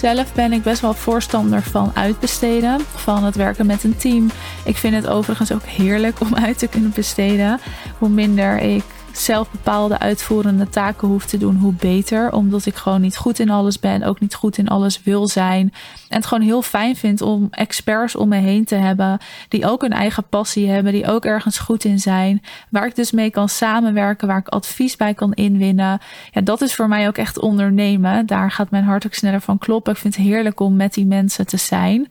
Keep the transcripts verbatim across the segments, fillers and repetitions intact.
Zelf ben ik best wel voorstander van uitbesteden, van het werken met een team. Ik vind het overigens ook heerlijk om uit te kunnen besteden. Hoe minder ik zelf bepaalde uitvoerende taken hoef te doen, hoe beter. Omdat ik gewoon niet goed in alles ben, ook niet goed in alles wil zijn. En het gewoon heel fijn vind om experts om me heen te hebben die ook een eigen passie hebben, die ook ergens goed in zijn, waar ik dus mee kan samenwerken, waar ik advies bij kan inwinnen. Ja, dat is voor mij ook echt ondernemen. Daar gaat mijn hart ook sneller van kloppen. Ik vind het heerlijk om met die mensen te zijn.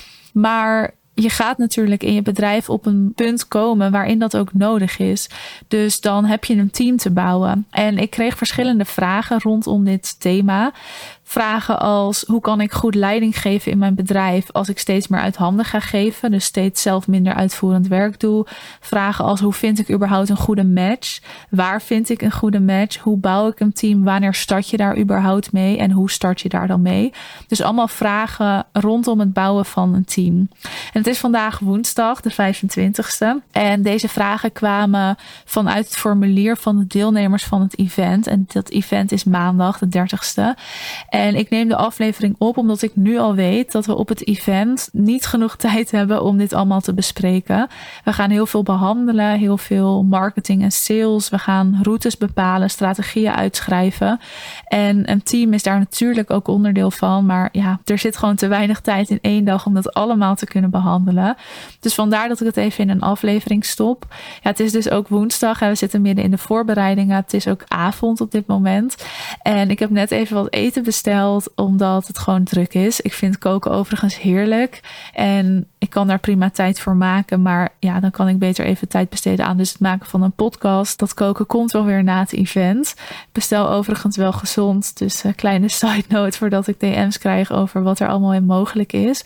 Maar je gaat natuurlijk in je bedrijf op een punt komen waarin dat ook nodig is. Dus dan heb je een team te bouwen. En ik kreeg verschillende vragen rondom dit thema. Vragen als, hoe kan ik goed leiding geven in mijn bedrijf als ik steeds meer uit handen ga geven, dus steeds zelf minder uitvoerend werk doe. Vragen als, hoe vind ik überhaupt een goede match? Waar vind ik een goede match? Hoe bouw ik een team? Wanneer start je daar überhaupt mee? En hoe start je daar dan mee? Dus allemaal vragen rondom het bouwen van een team. En het is vandaag woensdag, de vijfentwintigste. En deze vragen kwamen vanuit het formulier van de deelnemers van het event. En dat event is maandag, de dertigste. En ik neem de aflevering op omdat ik nu al weet dat we op het event niet genoeg tijd hebben om dit allemaal te bespreken. We gaan heel veel behandelen, heel veel marketing en sales. We gaan routes bepalen, strategieën uitschrijven. En een team is daar natuurlijk ook onderdeel van. Maar ja, er zit gewoon te weinig tijd in één dag om dat allemaal te kunnen behandelen. Dus vandaar dat ik het even in een aflevering stop. Ja, het is dus ook woensdag en we zitten midden in de voorbereidingen. Het is ook avond op dit moment. En ik heb net even wat eten besteld omdat het gewoon druk is. Ik vind koken overigens heerlijk. En ik kan daar prima tijd voor maken. Maar ja, dan kan ik beter even tijd besteden aan dus het maken van een podcast. Dat koken komt wel weer na het event. Ik bestel overigens wel gezond. Dus een kleine side note voordat ik D M's krijg over wat er allemaal in mogelijk is.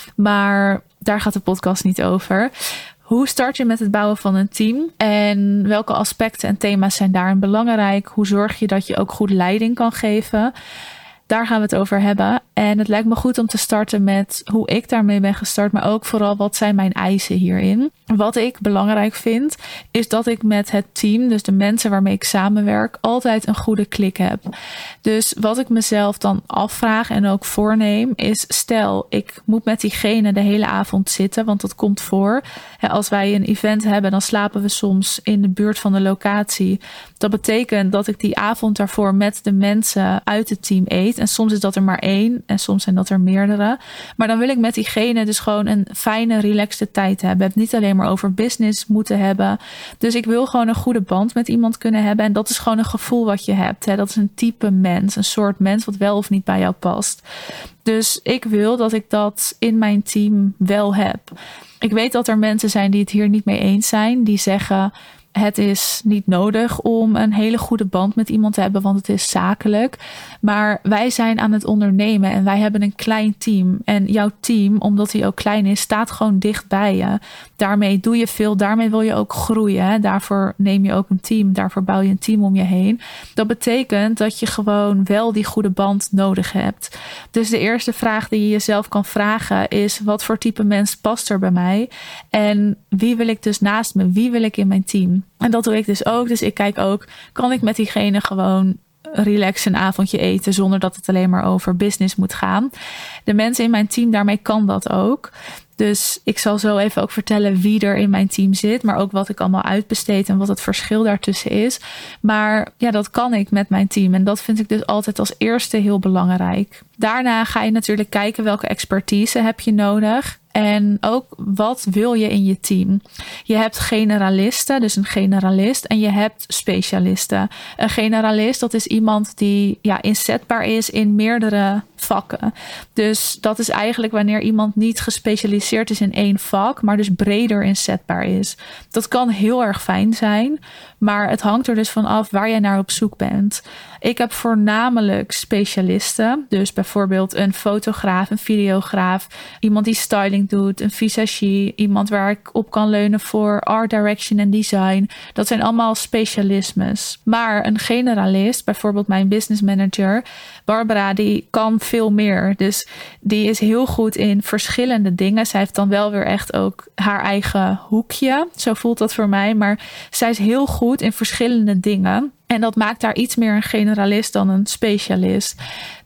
Maar daar gaat de podcast niet over. Hoe start je met het bouwen van een team? En welke aspecten en thema's zijn daarin belangrijk? Hoe zorg je dat je ook goed leiding kan geven? Daar gaan we het over hebben. En het lijkt me goed om te starten met hoe ik daarmee ben gestart. Maar ook vooral wat zijn mijn eisen hierin. Wat ik belangrijk vind is dat ik met het team, dus de mensen waarmee ik samenwerk, altijd een goede klik heb. Dus wat ik mezelf dan afvraag en ook voorneem is, stel ik moet met diegene de hele avond zitten. Want dat komt voor. Als wij een event hebben, dan slapen we soms in de buurt van de locatie. Dat betekent dat ik die avond daarvoor met de mensen uit het team eet. En soms is dat er maar één en soms zijn dat er meerdere. Maar dan wil ik met diegene dus gewoon een fijne, relaxte tijd hebben. Het niet alleen maar over business moeten hebben. Dus ik wil gewoon een goede band met iemand kunnen hebben. En dat is gewoon een gevoel wat je hebt. Hè? Dat is een type mens, een soort mens wat wel of niet bij jou past. Dus ik wil dat ik dat in mijn team wel heb. Ik weet dat er mensen zijn die het hier niet mee eens zijn. Die zeggen, het is niet nodig om een hele goede band met iemand te hebben, want het is zakelijk. Maar wij zijn aan het ondernemen en wij hebben een klein team. En jouw team, omdat hij ook klein is, staat gewoon dicht bij je. Daarmee doe je veel, daarmee wil je ook groeien. Daarvoor neem je ook een team, daarvoor bouw je een team om je heen. Dat betekent dat je gewoon wel die goede band nodig hebt. Dus de eerste vraag die je jezelf kan vragen is, wat voor type mens past er bij mij? En wie wil ik dus naast me? Wie wil ik in mijn team? En dat doe ik dus ook. Dus ik kijk ook, kan ik met diegene gewoon relax een avondje eten zonder dat het alleen maar over business moet gaan? De mensen in mijn team, daarmee kan dat ook. Dus ik zal zo even ook vertellen wie er in mijn team zit, maar ook wat ik allemaal uitbesteed en wat het verschil daartussen is. Maar ja, dat kan ik met mijn team en dat vind ik dus altijd als eerste heel belangrijk. Daarna ga je natuurlijk kijken welke expertise heb je nodig. En ook wat wil je in je team? Je hebt generalisten, dus een generalist. En je hebt specialisten. Een generalist, dat is iemand die ja, inzetbaar is in meerdere vakken. Dus dat is eigenlijk wanneer iemand niet gespecialiseerd is in één vak, maar dus breder inzetbaar is. Dat kan heel erg fijn zijn, maar het hangt er dus van af waar jij naar op zoek bent. Ik heb voornamelijk specialisten. Dus bijvoorbeeld een fotograaf, een videograaf, iemand die styling doet, een visagie, iemand waar ik op kan leunen voor art direction en design. Dat zijn allemaal specialismes. Maar een generalist, bijvoorbeeld mijn business manager, Barbara, die kan veel meer. Dus die is heel goed in verschillende dingen. Zij heeft dan wel weer echt ook haar eigen hoekje. Zo voelt dat voor mij. Maar zij is heel goed in verschillende dingen. En dat maakt haar iets meer een generalist dan een specialist.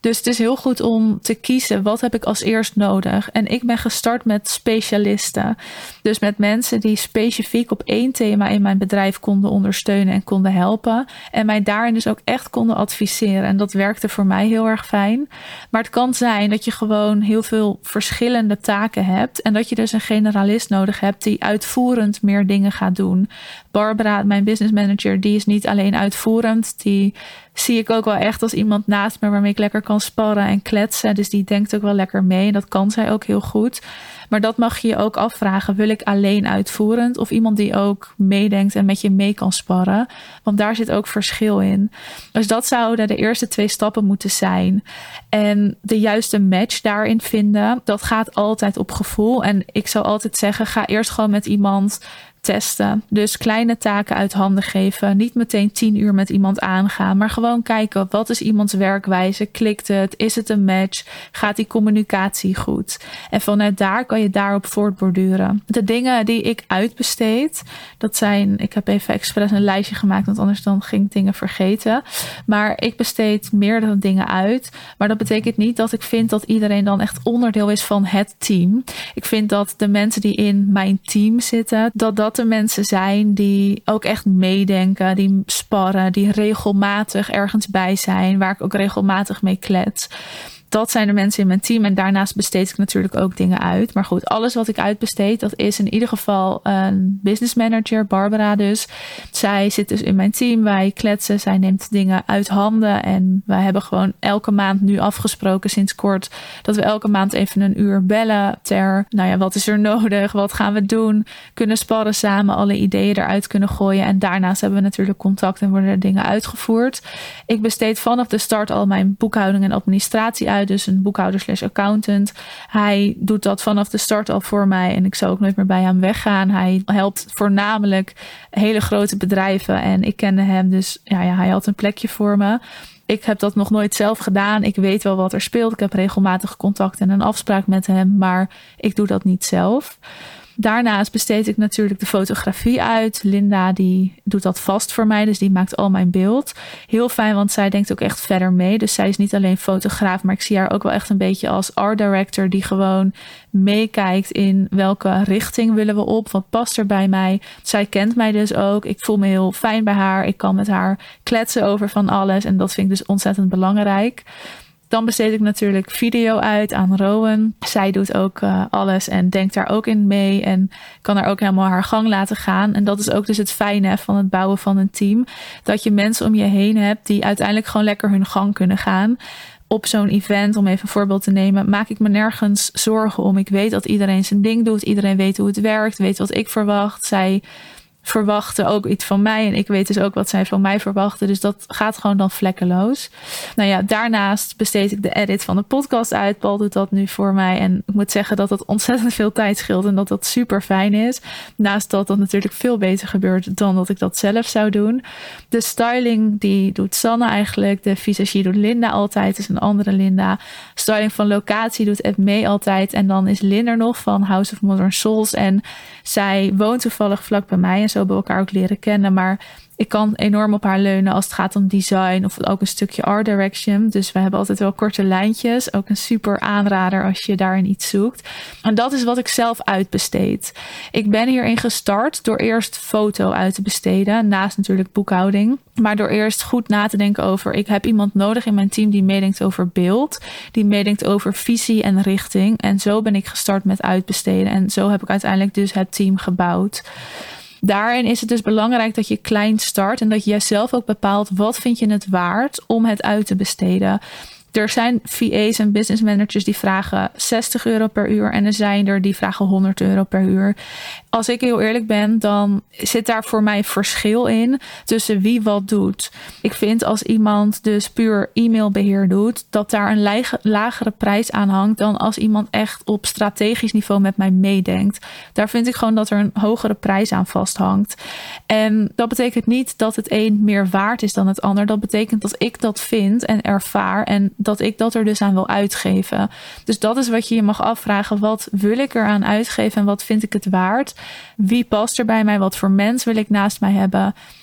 Dus het is heel goed om te kiezen, wat heb ik als eerst nodig? En ik ben gestart met specialisten. Dus met mensen die specifiek op één thema in mijn bedrijf konden ondersteunen en konden helpen. En mij daarin dus ook echt konden adviseren. En dat werkte voor mij heel erg fijn. Maar het kan zijn dat je gewoon heel veel verschillende taken hebt. En dat je dus een generalist nodig hebt die uitvoerend meer dingen gaat doen. Barbara, mijn business manager, die is niet alleen uitvoerend. Die zie ik ook wel echt als iemand naast me waarmee ik lekker kan sparren en kletsen. Dus die denkt ook wel lekker mee. En dat kan zij ook heel goed. Maar dat mag je je ook afvragen. Wil ik alleen uitvoerend of iemand die ook meedenkt en met je mee kan sparren? Want daar zit ook verschil in. Dus dat zouden de eerste twee stappen moeten zijn. En de juiste match daarin vinden, dat gaat altijd op gevoel. En ik zou altijd zeggen, ga eerst gewoon met iemand testen. Dus kleine taken uit handen geven. Niet meteen tien uur met iemand aangaan. Maar gewoon kijken, wat is iemands werkwijze? Klikt het? Is het een match? Gaat die communicatie goed? En vanuit daar kan je daarop voortborduren. De dingen die ik uitbesteed, dat zijn, ik heb even expres een lijstje gemaakt, want anders dan ging ik dingen vergeten. Maar ik besteed meerdere dingen uit. Maar dat betekent niet dat ik vind dat iedereen dan echt onderdeel is van het team. Ik vind dat de mensen die in mijn team zitten, dat dat de mensen zijn die ook echt meedenken, die sparren, die regelmatig ergens bij zijn, waar ik ook regelmatig mee klets. Dat zijn de mensen in mijn team. En daarnaast besteed ik natuurlijk ook dingen uit. Maar goed, alles wat ik uitbesteed, dat is in ieder geval een business manager, Barbara dus. Zij zit dus in mijn team. Wij kletsen. Zij neemt dingen uit handen. En wij hebben gewoon elke maand nu afgesproken sinds kort dat we elke maand even een uur bellen ter, nou ja, wat is er nodig? Wat gaan we doen? Kunnen sparren samen, alle ideeën eruit kunnen gooien. En daarnaast hebben we natuurlijk contact en worden er dingen uitgevoerd. Ik besteed vanaf de start al mijn boekhouding en administratie uit. Dus een boekhouder slash accountant. Hij doet dat vanaf de start al voor mij. En ik zou ook nooit meer bij hem weggaan. Hij helpt voornamelijk hele grote bedrijven. En ik kende hem. Dus ja, ja, hij had een plekje voor me. Ik heb dat nog nooit zelf gedaan. Ik weet wel wat er speelt. Ik heb regelmatig contact en een afspraak met hem. Maar ik doe dat niet zelf. Daarnaast besteed ik natuurlijk de fotografie uit. Linda die doet dat vast voor mij. Dus die maakt al mijn beeld. Heel fijn, want zij denkt ook echt verder mee. Dus zij is niet alleen fotograaf. Maar ik zie haar ook wel echt een beetje als art director. Die gewoon meekijkt in welke richting willen we op. Wat past er bij mij. Zij kent mij dus ook. Ik voel me heel fijn bij haar. Ik kan met haar kletsen over van alles. En dat vind ik dus ontzettend belangrijk. Dan besteed ik natuurlijk video uit aan Rowan. Zij doet ook uh, alles en denkt daar ook in mee. En kan haar ook helemaal haar gang laten gaan. En dat is ook dus het fijne van het bouwen van een team. Dat je mensen om je heen hebt die uiteindelijk gewoon lekker hun gang kunnen gaan. Op zo'n event, om even een voorbeeld te nemen, maak ik me nergens zorgen om. Ik weet dat iedereen zijn ding doet. Iedereen weet hoe het werkt. Weet wat ik verwacht. Zij verwachten ook iets van mij. En ik weet dus ook wat zij van mij verwachten. Dus dat gaat gewoon dan vlekkeloos. Nou ja, daarnaast besteed ik de edit van de podcast uit. Paul doet dat nu voor mij. En ik moet zeggen dat dat ontzettend veel tijd scheelt. En dat dat super fijn is. Naast dat dat natuurlijk veel beter gebeurt dan dat ik dat zelf zou doen. De styling, die doet Sanne eigenlijk. De visagie doet Linda altijd. Dus een andere Linda. Styling van locatie doet Ed mee altijd. En dan is Lin er nog van House of Modern Souls. En zij woont toevallig vlak bij mij. En zo hebben we elkaar ook leren kennen. Maar ik kan enorm op haar leunen als het gaat om design of ook een stukje art direction. Dus we hebben altijd wel korte lijntjes. Ook een super aanrader als je daarin iets zoekt. En dat is wat ik zelf uitbesteed. Ik ben hierin gestart door eerst foto uit te besteden. Naast natuurlijk boekhouding. Maar door eerst goed na te denken over, ik heb iemand nodig in mijn team die meedenkt over beeld. Die meedenkt over visie en richting. En zo ben ik gestart met uitbesteden. En zo heb ik uiteindelijk dus het team gebouwd. Daarin is het dus belangrijk dat je klein start en dat je zelf ook bepaalt wat vind je het waard om het uit te besteden. Er zijn V A's en business managers die vragen zestig euro per uur en er zijn er die vragen honderd euro per uur. Als ik heel eerlijk ben, dan zit daar voor mij verschil in tussen wie wat doet. Ik vind als iemand dus puur e-mailbeheer doet, dat daar een lage, lagere prijs aan hangt dan als iemand echt op strategisch niveau met mij meedenkt. Daar vind ik gewoon dat er een hogere prijs aan vasthangt. En dat betekent niet dat het een meer waard is dan het ander. Dat betekent dat ik dat vind en ervaar en dat ik dat er dus aan wil uitgeven. Dus dat is wat je je mag afvragen. Wat wil ik eraan uitgeven en wat vind ik het waard? Wie past er bij mij? Wat voor mens wil ik naast mij hebben?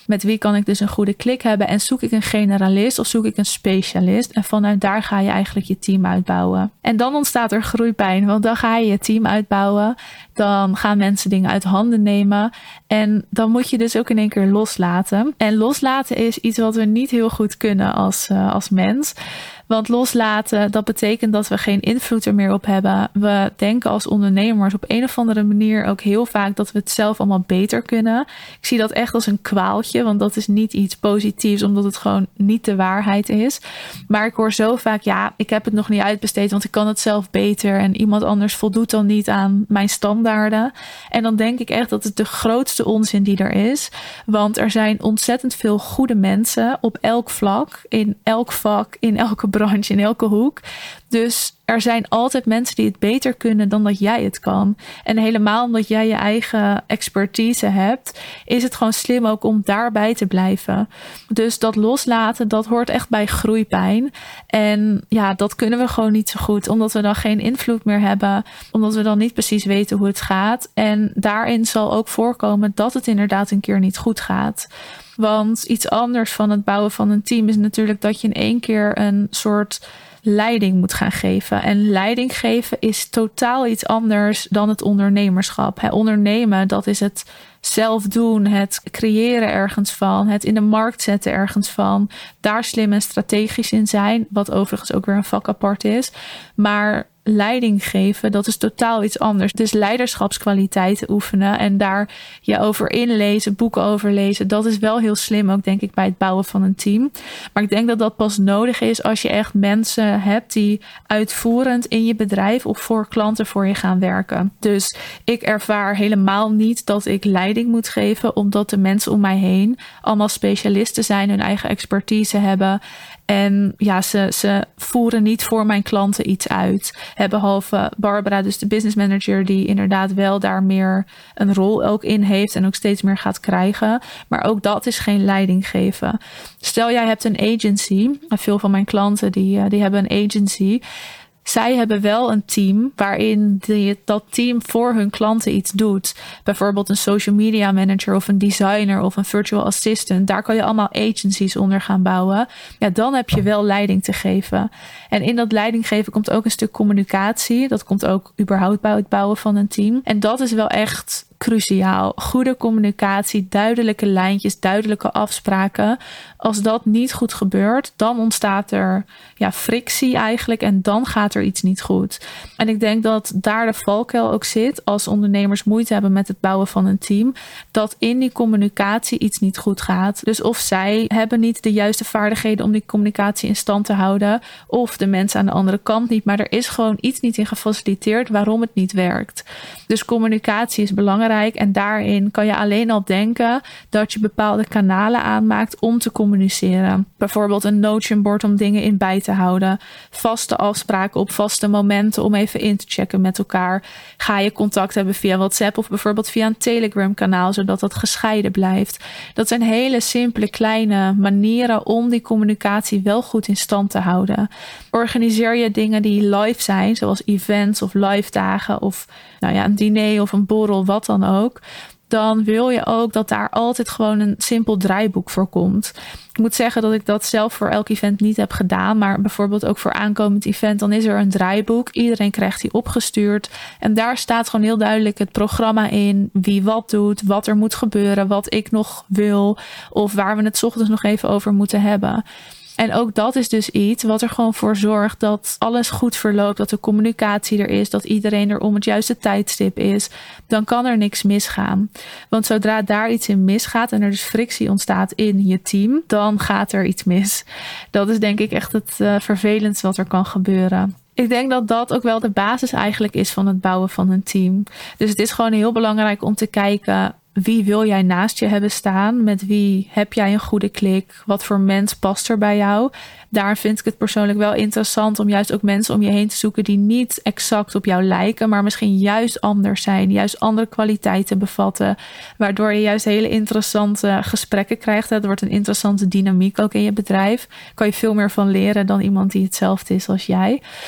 Met wie kan ik dus een goede klik hebben? En zoek ik een generalist of zoek ik een specialist? En vanuit daar ga je eigenlijk je team uitbouwen. En dan ontstaat er groeipijn, want dan ga je je team uitbouwen. Dan gaan mensen dingen uit handen nemen. En dan moet je dus ook in één keer loslaten. En loslaten is iets wat we niet heel goed kunnen als, uh, als mens. Want loslaten, dat betekent dat we geen invloed er meer op hebben. We denken als ondernemers op een of andere manier ook heel vaak dat we het zelf allemaal beter kunnen. Ik zie dat echt als een kwaaltje, want dat is niet iets positiefs, omdat het gewoon niet de waarheid is. Maar ik hoor zo vaak, ja, ik heb het nog niet uitbesteed, want ik kan het zelf beter. En iemand anders voldoet dan niet aan mijn standaarden. En dan denk ik echt dat het de grootste onzin die er is. Want er zijn ontzettend veel goede mensen op elk vlak, in elk vak, in elke branche, in elke hoek. Dus er zijn altijd mensen die het beter kunnen dan dat jij het kan. En helemaal omdat jij je eigen expertise hebt, is het gewoon slim ook om daarbij te blijven. Dus dat loslaten, dat hoort echt bij groeipijn. En ja, dat kunnen we gewoon niet zo goed, omdat we dan geen invloed meer hebben, omdat we dan niet precies weten hoe het gaat. En daarin zal ook voorkomen dat het inderdaad een keer niet goed gaat. Want iets anders van het bouwen van een team is natuurlijk dat je in één keer een soort leiding moet gaan geven. En leiding geven is totaal iets anders dan het ondernemerschap. He, ondernemen, dat is het zelf doen, het creëren ergens van, het in de markt zetten ergens van, daar slim en strategisch in zijn, wat overigens ook weer een vak apart is. Maar leiding geven, dat is totaal iets anders. Dus leiderschapskwaliteiten oefenen en daar je over inlezen, boeken over lezen, dat is wel heel slim ook, denk ik, bij het bouwen van een team. Maar ik denk dat dat pas nodig is als je echt mensen hebt die uitvoerend in je bedrijf of voor klanten voor je gaan werken. Dus ik ervaar helemaal niet dat ik leiding moet geven, omdat de mensen om mij heen allemaal specialisten zijn, hun eigen expertise hebben. En ja, ze, ze voeren niet voor mijn klanten iets uit. Behalve Barbara, dus de business manager, die inderdaad wel daar meer een rol ook in heeft en ook steeds meer gaat krijgen. Maar ook dat is geen leiding geven. Stel, jij hebt een agency. Veel van mijn klanten die, die hebben een agency. Zij hebben wel een team waarin die, dat team voor hun klanten iets doet. Bijvoorbeeld een social media manager of een designer of een virtual assistant. Daar kan je allemaal agencies onder gaan bouwen. Ja, dan heb je wel leiding te geven. En in dat leiding geven komt ook een stuk communicatie. Dat komt ook überhaupt bij het bouwen van een team. En dat is wel echt cruciaal. Goede communicatie, duidelijke lijntjes, duidelijke afspraken. Als dat niet goed gebeurt, dan ontstaat er ja, frictie eigenlijk en dan gaat er iets niet goed. En ik denk dat daar de valkuil ook zit als ondernemers moeite hebben met het bouwen van een team, dat in die communicatie iets niet goed gaat. Dus of zij hebben niet de juiste vaardigheden om die communicatie in stand te houden, of de mensen aan de andere kant niet, maar er is gewoon iets niet in gefaciliteerd waarom het niet werkt. Dus communicatie is belangrijk. En daarin kan je alleen al denken dat je bepaalde kanalen aanmaakt om te communiceren. Bijvoorbeeld een Notion board om dingen in bij te houden. Vaste afspraken op vaste momenten om even in te checken met elkaar. Ga je contact hebben via WhatsApp of bijvoorbeeld via een Telegram kanaal, zodat dat gescheiden blijft. Dat zijn hele simpele kleine manieren om die communicatie wel goed in stand te houden. Organiseer je dingen die live zijn, zoals events of live dagen of nou ja, een diner of een borrel, wat dan ook. Dan wil je ook dat daar altijd gewoon een simpel draaiboek voor komt. Ik moet zeggen dat ik dat zelf voor elk event niet heb gedaan. Maar bijvoorbeeld ook voor aankomend event, dan is er een draaiboek. Iedereen krijgt die opgestuurd. En daar staat gewoon heel duidelijk het programma in. Wie wat doet, wat er moet gebeuren, wat ik nog wil. Of waar we het 's ochtends nog even over moeten hebben. En ook dat is dus iets wat er gewoon voor zorgt dat alles goed verloopt, dat de communicatie er is, dat iedereen er om het juiste tijdstip is. Dan kan er niks misgaan. Want zodra daar iets in misgaat en er dus frictie ontstaat in je team, dan gaat er iets mis. Dat is denk ik echt het uh, vervelendste wat er kan gebeuren. Ik denk dat dat ook wel de basis eigenlijk is van het bouwen van een team. Dus het is gewoon heel belangrijk om te kijken, wie wil jij naast je hebben staan? Met wie heb jij een goede klik? Wat voor mens past er bij jou? Daar vind ik het persoonlijk wel interessant om juist ook mensen om je heen te zoeken die niet exact op jou lijken, maar misschien juist anders zijn, juist andere kwaliteiten bevatten, waardoor je juist hele interessante gesprekken krijgt. Er wordt een interessante dynamiek ook in je bedrijf. Kan je veel meer van leren dan iemand die hetzelfde is als jij.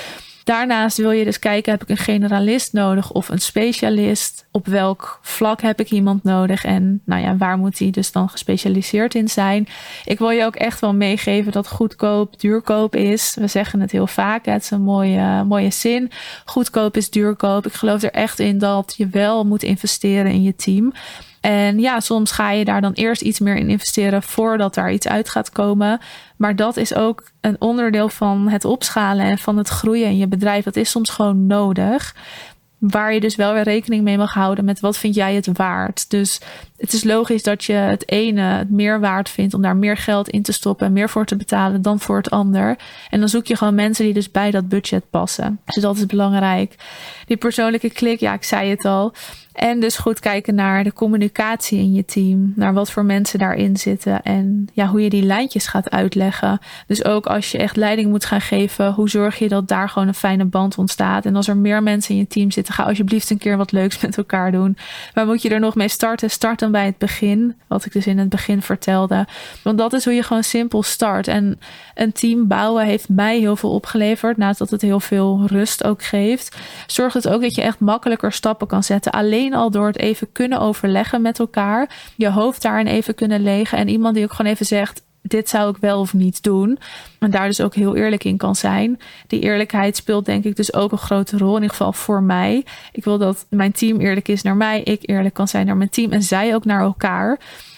Daarnaast wil je dus kijken, heb ik een generalist nodig of een specialist? Op welk vlak heb ik iemand nodig? En nou ja, waar moet die dus dan gespecialiseerd in zijn? Ik wil je ook echt wel meegeven dat goedkoop duurkoop is. We zeggen het heel vaak, het is een mooie, mooie zin. Goedkoop is duurkoop. Ik geloof er echt in dat je wel moet investeren in je team. En ja, soms ga je daar dan eerst iets meer in investeren voordat daar iets uit gaat komen. Maar dat is ook een onderdeel van het opschalen en van het groeien in je bedrijf. Dat is soms gewoon nodig. Waar je dus wel weer rekening mee mag houden met wat vind jij het waard. Dus het is logisch dat je het ene het meer waard vindt om daar meer geld in te stoppen en meer voor te betalen dan voor het ander. En dan zoek je gewoon mensen die dus bij dat budget passen. Dus dat is belangrijk. Die persoonlijke klik, ja, ik zei het al. En dus goed kijken naar de communicatie in je team. Naar wat voor mensen daarin zitten. En ja, hoe je die lijntjes gaat uitleggen. Dus ook als je echt leiding moet gaan geven. Hoe zorg je dat daar gewoon een fijne band ontstaat. En als er meer mensen in je team zitten. Ga alsjeblieft een keer wat leuks met elkaar doen. Waar moet je er nog mee starten? Start dan bij het begin. Wat ik dus in het begin vertelde. Want dat is hoe je gewoon simpel start. En een team bouwen heeft mij heel veel opgeleverd. Naast dat het heel veel rust ook geeft. Zorgt het ook dat je echt makkelijker stappen kan zetten. Alleen al door het even kunnen overleggen met elkaar. Je hoofd daarin even kunnen legen. En iemand die ook gewoon even zegt, dit zou ik wel of niet doen. En daar dus ook heel eerlijk in kan zijn. Die eerlijkheid speelt denk ik dus ook een grote rol. In ieder geval voor mij. Ik wil dat mijn team eerlijk is naar mij. Ik eerlijk kan zijn naar mijn team. En zij ook naar elkaar.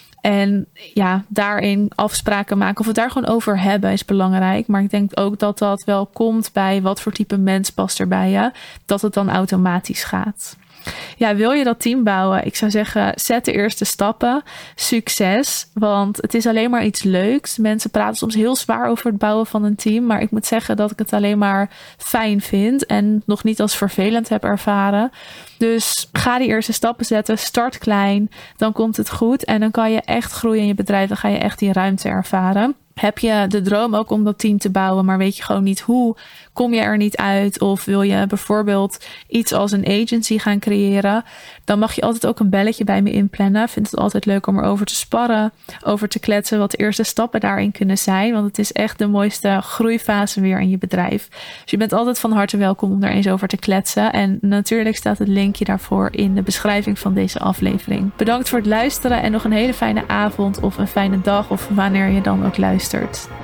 En ja, daarin afspraken maken. Of we het daar gewoon over hebben is belangrijk. Maar ik denk ook dat dat wel komt bij wat voor type mens past er bij je. Dat het dan automatisch gaat. Ja, wil je dat team bouwen? Ik zou zeggen, zet de eerste stappen. Succes, want het is alleen maar iets leuks. Mensen praten soms heel zwaar over het bouwen van een team. Maar ik moet zeggen dat ik het alleen maar fijn vind. En nog niet als vervelend heb ervaren. Dus ga die eerste stappen zetten. Start klein. Dan komt het goed. En dan kan je echt groeien in je bedrijf. Dan ga je echt die ruimte ervaren. Heb je de droom ook om dat team te bouwen, maar weet je gewoon niet hoe? Kom je er niet uit? Of wil je bijvoorbeeld iets als een agency gaan creëren? Dan mag je altijd ook een belletje bij me inplannen. Ik vind het altijd leuk om erover te sparren, over te kletsen, wat de eerste stappen daarin kunnen zijn. Want het is echt de mooiste groeifase weer in je bedrijf. Dus je bent altijd van harte welkom om daar eens over te kletsen. En natuurlijk staat het linkje daarvoor in de beschrijving van deze aflevering. Bedankt voor het luisteren en nog een hele fijne avond of een fijne dag of wanneer je dan ook luistert.